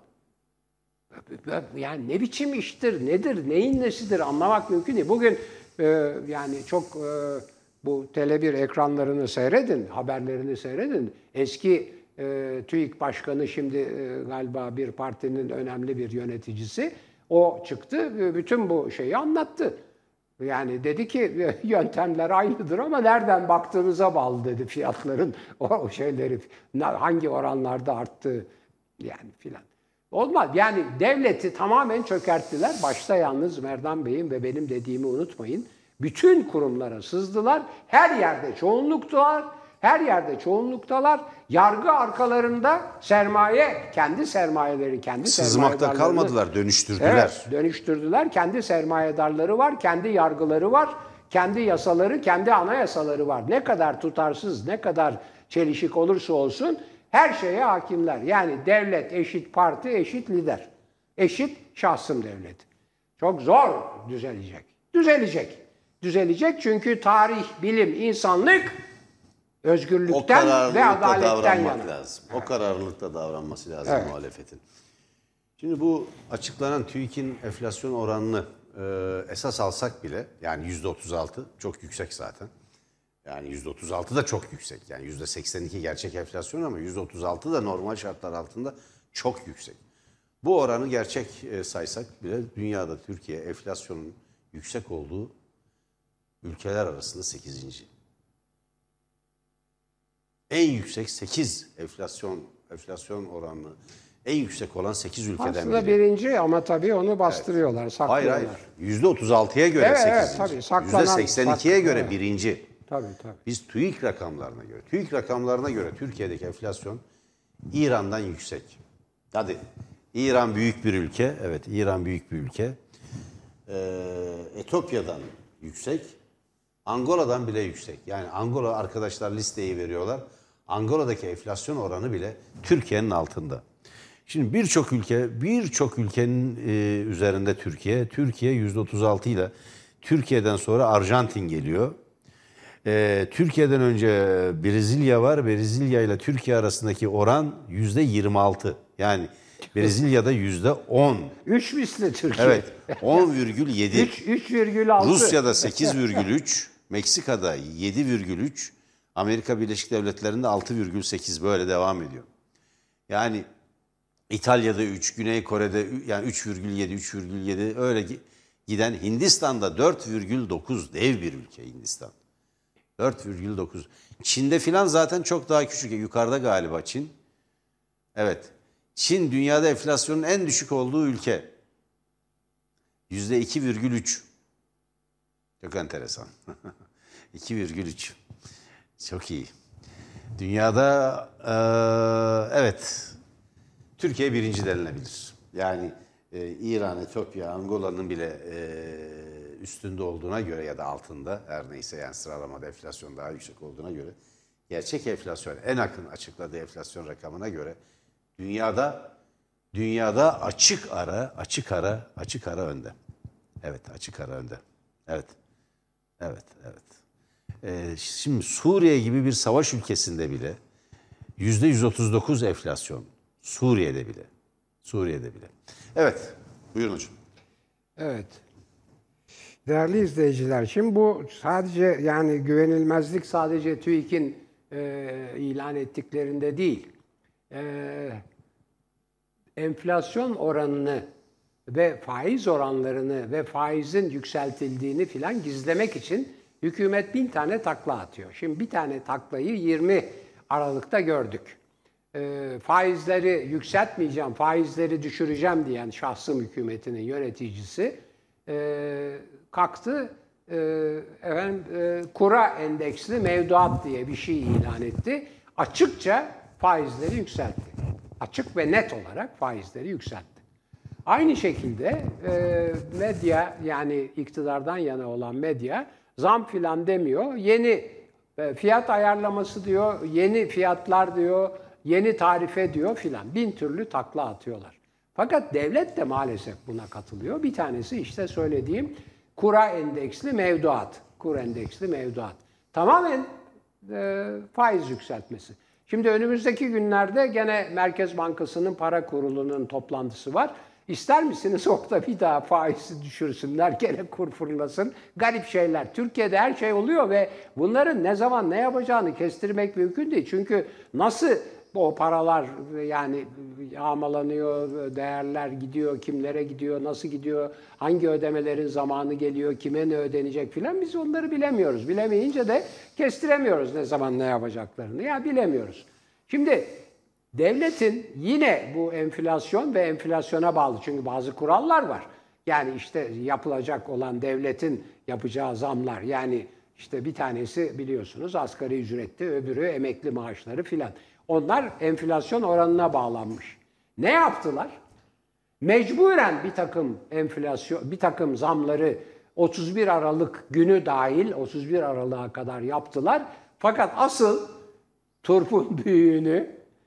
Yani ne biçim iştir, nedir, neyin nesidir anlamak mümkün değil. Bugün yani çok bu Tele1 ekranlarını seyredin, haberlerini seyredin. Eski TÜİK Başkanı, şimdi galiba bir partinin önemli bir yöneticisi, o çıktı, bütün bu şeyi anlattı. Yani dedi ki yöntemler aynıdır ama nereden baktığınıza bağlı dedi, fiyatların o şeyleri hangi oranlarda arttığı yani filan. Olmaz. Yani devleti tamamen çökerttiler. Başta yalnız Merdan Bey'in ve benim dediğimi unutmayın. Bütün kurumlara sızdılar. Her yerde çoğunluktalar. Her yerde çoğunluktalar. Yargı arkalarında sermaye, kendi sermayeleri, kendi sızmakta kalmadılar, dönüştürdüler. Evet, dönüştürdüler. Kendi sermayedarları var, kendi yargıları var, kendi yasaları, kendi anayasaları var. Ne kadar tutarsız, ne kadar çelişik olursa olsun her şeye hakimler. Yani devlet eşit parti, eşit lider. Eşit şahsım devleti. Çok zor düzelecek. Düzelecek. Düzelecek çünkü tarih, bilim, insanlık özgürlükten ve adaletten yana. Lazım. Evet. O kararlılıkta davranması lazım muhalefetin. Şimdi bu açıklanan TÜİK'in enflasyon oranını esas alsak bile, yani %36 çok yüksek zaten. Yani %36 da çok yüksek. Yani %82 gerçek enflasyon ama %36 da normal şartlar altında çok yüksek. Bu oranı gerçek saysak bile dünyada Türkiye enflasyonun yüksek olduğu ülkeler arasında 8. En yüksek 8 enflasyon oranı en yüksek olan 8 ülkeden Aslında biri. birinci ama tabii onu bastırıyorlar, saklıyorlar. Hayır. %36'ya göre Evet, 8. evet, tabii, saklanan- %82'ye göre evet. birinci. Tabii. Biz TÜİK rakamlarına göre Türkiye'deki enflasyon İran'dan yüksek. Hadi İran büyük bir ülke. Evet, İran büyük bir ülke. Etiyopya'dan yüksek. Angola'dan bile yüksek. Yani Angola arkadaşlar listeyi veriyorlar. Angola'daki enflasyon oranı bile Türkiye'nin altında. Şimdi birçok ülkenin üzerinde Türkiye %36 ile Türkiye'den sonra Arjantin geliyor. Türkiye'den önce Brezilya var. Brezilya ile Türkiye arasındaki oran %26. Yani Brezilya'da %10. 3 misli Türkiye. Evet, 10,7. 3,6. Rusya'da 8,3. Meksika'da 7,3. Amerika Birleşik Devletleri'nde 6,8 böyle devam ediyor. Yani İtalya'da 3, Güney Kore'de yani 3,7 öyle giden, Hindistan'da 4,9 dev bir ülke Hindistan. 4,9. Çin'de filan zaten çok daha küçük. Yukarıda galiba Çin. Evet. Çin dünyada enflasyonun en düşük olduğu ülke. %2,3. Çok enteresan. 2,3. Çok iyi. Dünyada evet Türkiye birinci denilebilir. Yani İran, Etiyopya, Angola'nın bile üstünde olduğuna göre ya da altında her neyse yani sıralamada enflasyon daha yüksek olduğuna göre gerçek enflasyon en yakın açıkladığı enflasyon rakamına göre dünyada açık ara önde. Evet, açık ara önde. Evet. Şimdi Suriye gibi bir savaş ülkesinde bile %139 enflasyon. Suriye'de bile. Evet. Buyurun hocam. Evet. Değerli izleyiciler, şimdi bu sadece yani güvenilmezlik sadece TÜİK'in ilan ettiklerinde değil. Enflasyon oranını ve faiz oranlarını ve faizin yükseltildiğini filan gizlemek için hükümet 1000 tane takla atıyor. Şimdi bir tane taklayı 20 Aralık'ta gördük. Faizleri yükseltmeyeceğim, faizleri düşüreceğim diyen şahsım hükümetinin yöneticisi kalktı kura endeksli mevduat diye bir şey ilan etti. Açıkça faizleri yükseltti. Açık ve net olarak faizleri yükseltti. Aynı şekilde medya yani iktidardan yana olan medya zam filan demiyor. Yeni fiyat ayarlaması diyor, yeni fiyatlar diyor, yeni tarife diyor filan. 1000 türlü takla atıyorlar. Fakat devlet de maalesef buna katılıyor. Bir tanesi işte söylediğim kura endeksli mevduat. Kur endeksli mevduat. Tamamen faiz yükseltmesi. Şimdi önümüzdeki günlerde gene Merkez Bankası'nın para kurulunun toplantısı var. İster misiniz orada bir daha faizi düşürsünler, gene kur fırlasın. Garip şeyler. Türkiye'de her şey oluyor ve bunların ne zaman ne yapacağını kestirmek mümkün değil. Çünkü nasıl o paralar yani yağmalanıyor, değerler gidiyor, kimlere gidiyor, nasıl gidiyor, hangi ödemelerin zamanı geliyor, kime ne ödenecek filan biz onları bilemiyoruz. Bilemeyince de kestiremiyoruz ne zaman ne yapacaklarını. Ya bilemiyoruz. Şimdi devletin yine bu enflasyon ve enflasyona bağlı çünkü bazı kurallar var. Yani işte yapılacak olan devletin yapacağı zamlar yani işte bir tanesi biliyorsunuz asgari ücretti, öbürü emekli maaşları filan. Onlar enflasyon oranına bağlanmış. Ne yaptılar? Mecburen bir takım zamları 31 Aralık günü dahil 31 Aralık'a kadar yaptılar. Fakat asıl turpun büyüğünü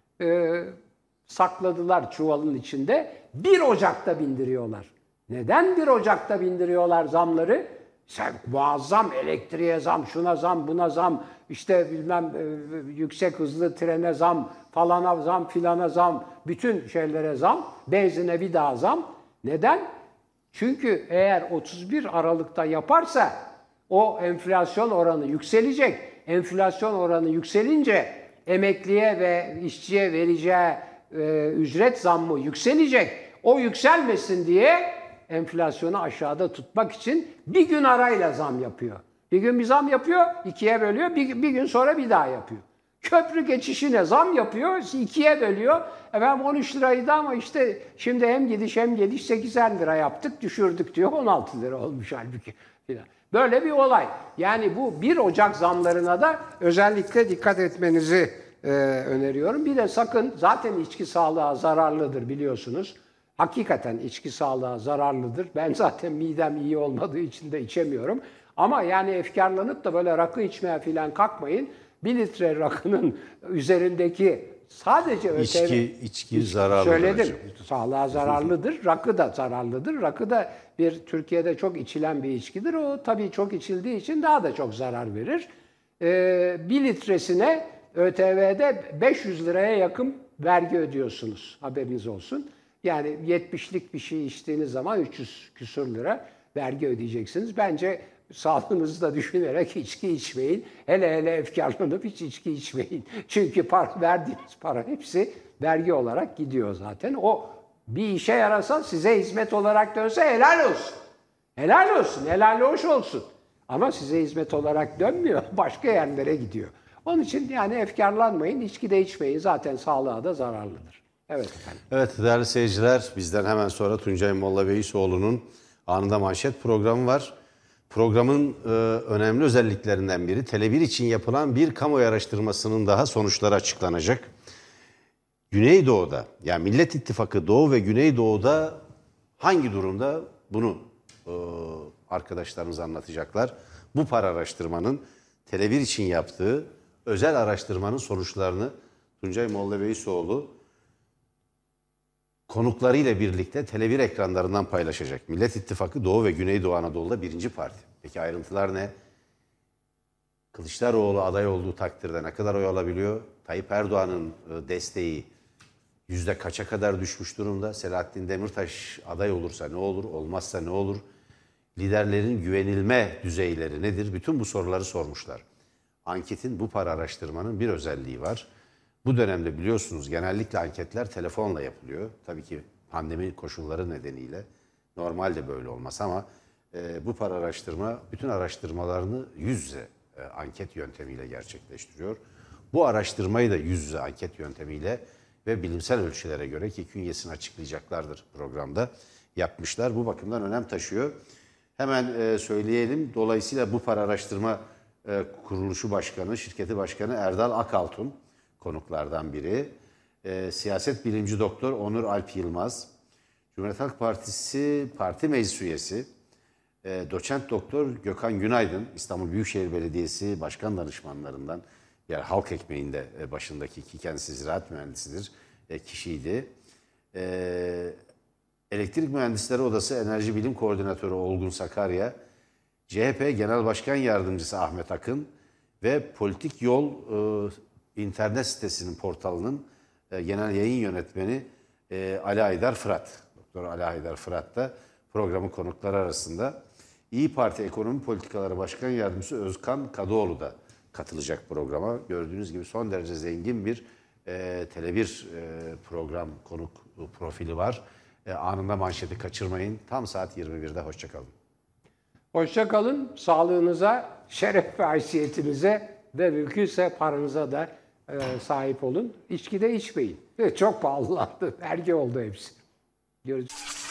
sakladılar çuvalın içinde. 1 Ocak'ta bindiriyorlar. Neden 1 Ocak'ta bindiriyorlar zamları? Muazzam elektriğe zam, şuna zam, buna zam, işte bilmem yüksek hızlı trene zam, falana zam, filana zam, bütün şeylere zam, benzine bir daha zam. Neden? Çünkü eğer 31 Aralık'ta yaparsa o enflasyon oranı yükselecek. enflasyon oranı yükselince emekliye ve işçiye vereceği ücret zammı yükselecek. O yükselmesin diye enflasyonu aşağıda tutmak için bir gün arayla zam yapıyor. Bir gün bir zam yapıyor, ikiye bölüyor, bir gün sonra bir daha yapıyor. Köprü geçişine zam yapıyor, ikiye bölüyor. Efendim 13 liraydı ama işte şimdi hem gidiş hem geliş 80 lira yaptık, düşürdük diyor. 16 lira olmuş halbuki. Böyle bir olay. Yani bu 1 Ocak zamlarına da özellikle dikkat etmenizi öneriyorum. Bir de sakın, zaten içki sağlığa zararlıdır biliyorsunuz. Hakikaten içki sağlığa zararlıdır. Ben zaten midem iyi olmadığı için de içemiyorum. Ama yani efkarlanıp da böyle rakı içmeye falan kalkmayın. 1 litre rakının üzerindeki sadece içki zararlıdır. Söyledim. Hocam. Sağlığa zararlıdır. Rakı da zararlıdır. Rakı da Türkiye'de çok içilen bir içkidir. O tabii çok içildiği için daha da çok zarar verir. 1 litresine ÖTV'de 500 liraya yakın vergi ödüyorsunuz. Haberiniz olsun. Yani 70'lik bir şey içtiğiniz zaman 300 küsur lira vergi ödeyeceksiniz. Bence sağlığınızı da düşünerek içki içmeyin. Hele efkarlanıp hiç içki içmeyin. Çünkü verdiğiniz para hepsi vergi olarak gidiyor zaten. O bir işe yarasa, size hizmet olarak dönse helal olsun. Helal olsun, helal hoş olsun. Ama size hizmet olarak dönmüyor, başka yerlere gidiyor. Onun için yani efkarlanmayın, içki de içmeyin. Zaten sağlığa da zararlıdır. Evet efendim. Evet değerli seyirciler, bizden hemen sonra Tuncay Molla Beysoğlu'nun Anında Manşet programı var. Programın önemli özelliklerinden biri, Tele1 için yapılan bir kamuoyu araştırmasının daha sonuçları açıklanacak. Güneydoğu'da, yani Millet İttifakı Doğu ve Güneydoğu'da hangi durumda, bunu arkadaşlarımız anlatacaklar. Bu para araştırmanın Tele1 için yaptığı özel araştırmanın sonuçlarını Tuncay Molla Beysoğlu konuklarıyla birlikte Tele1 ekranlarından paylaşacak. Millet İttifakı Doğu ve Güneydoğu Anadolu'da 1. parti. Peki ayrıntılar ne? Kılıçdaroğlu aday olduğu takdirde ne kadar oy alabiliyor? Tayyip Erdoğan'ın desteği yüzde kaça kadar düşmüş durumda? Selahattin Demirtaş aday olursa ne olur? Olmazsa ne olur? Liderlerin güvenilme düzeyleri nedir? Bütün bu soruları sormuşlar. Anketin, bu para araştırmanın bir özelliği var. Bu dönemde biliyorsunuz genellikle anketler telefonla yapılıyor. Tabii ki pandemi koşulları nedeniyle normalde böyle olmaz ama bu para araştırma bütün araştırmalarını yüz yüze anket yöntemiyle gerçekleştiriyor. Bu araştırmayı da yüz yüze anket yöntemiyle ve bilimsel ölçülere göre, ki künyesini açıklayacaklardır programda, yapmışlar. Bu bakımdan önem taşıyor. Hemen söyleyelim. Dolayısıyla bu para araştırma kuruluşu başkanı, şirketi başkanı Erdal Akaltun konuklardan biri. Siyaset bilimci doktor Onur Alp Yılmaz, Cumhuriyet Halk Partisi Parti Meclis Üyesi, doçent doktor Gökhan Günaydın, İstanbul Büyükşehir Belediyesi Başkan Danışmanlarından, yani halk ekmeğinde başındaki, ki kendisi ziraat mühendisidir, kişiydi. Elektrik Mühendisleri Odası Enerji Bilim Koordinatörü Olgun Sakarya, CHP Genel Başkan Yardımcısı Ahmet Akın ve Politik Yol internet sitesinin, portalının genel yayın yönetmeni Ali Aydar Fırat. Doktor Ali Aydar Fırat da programın konukları arasında. İyi Parti Ekonomi Politikaları Başkan Yardımcısı Özkan Kadıoğlu da katılacak programa. Gördüğünüz gibi son derece zengin bir Tele1 program konuk profili var. Anında Manşeti kaçırmayın. Tam saat 21'de. Hoşça kalın. Hoşça kalın. Sağlığınıza, şeref ve haysiyetinize ve mümkünse paranıza da sahip olun. İçki de içmeyin. Çok pahalılandı. Vergi oldu hepsi. Görüşürüz.